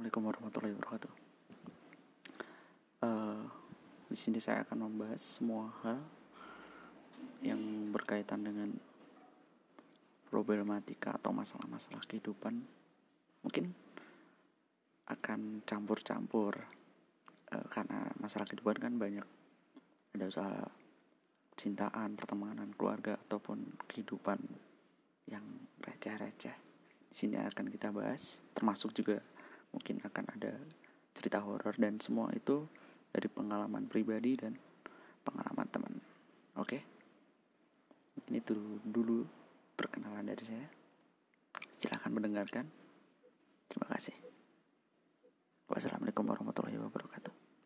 Assalamualaikum warahmatullahi wabarakatuh. Di sini saya akan membahas semua hal yang berkaitan dengan problematika atau masalah-masalah kehidupan. Mungkin akan campur-campur karena masalah kehidupan kan banyak. Ada soal cintaan, pertemanan, keluarga ataupun kehidupan yang receh-receh. Di sini akan kita bahas, termasuk juga mungkin akan ada cerita horor dan semua itu dari pengalaman pribadi dan pengalaman teman. Oke? Ini dulu perkenalan dari saya. Silakan mendengarkan. Terima kasih. Wassalamualaikum warahmatullahi wabarakatuh.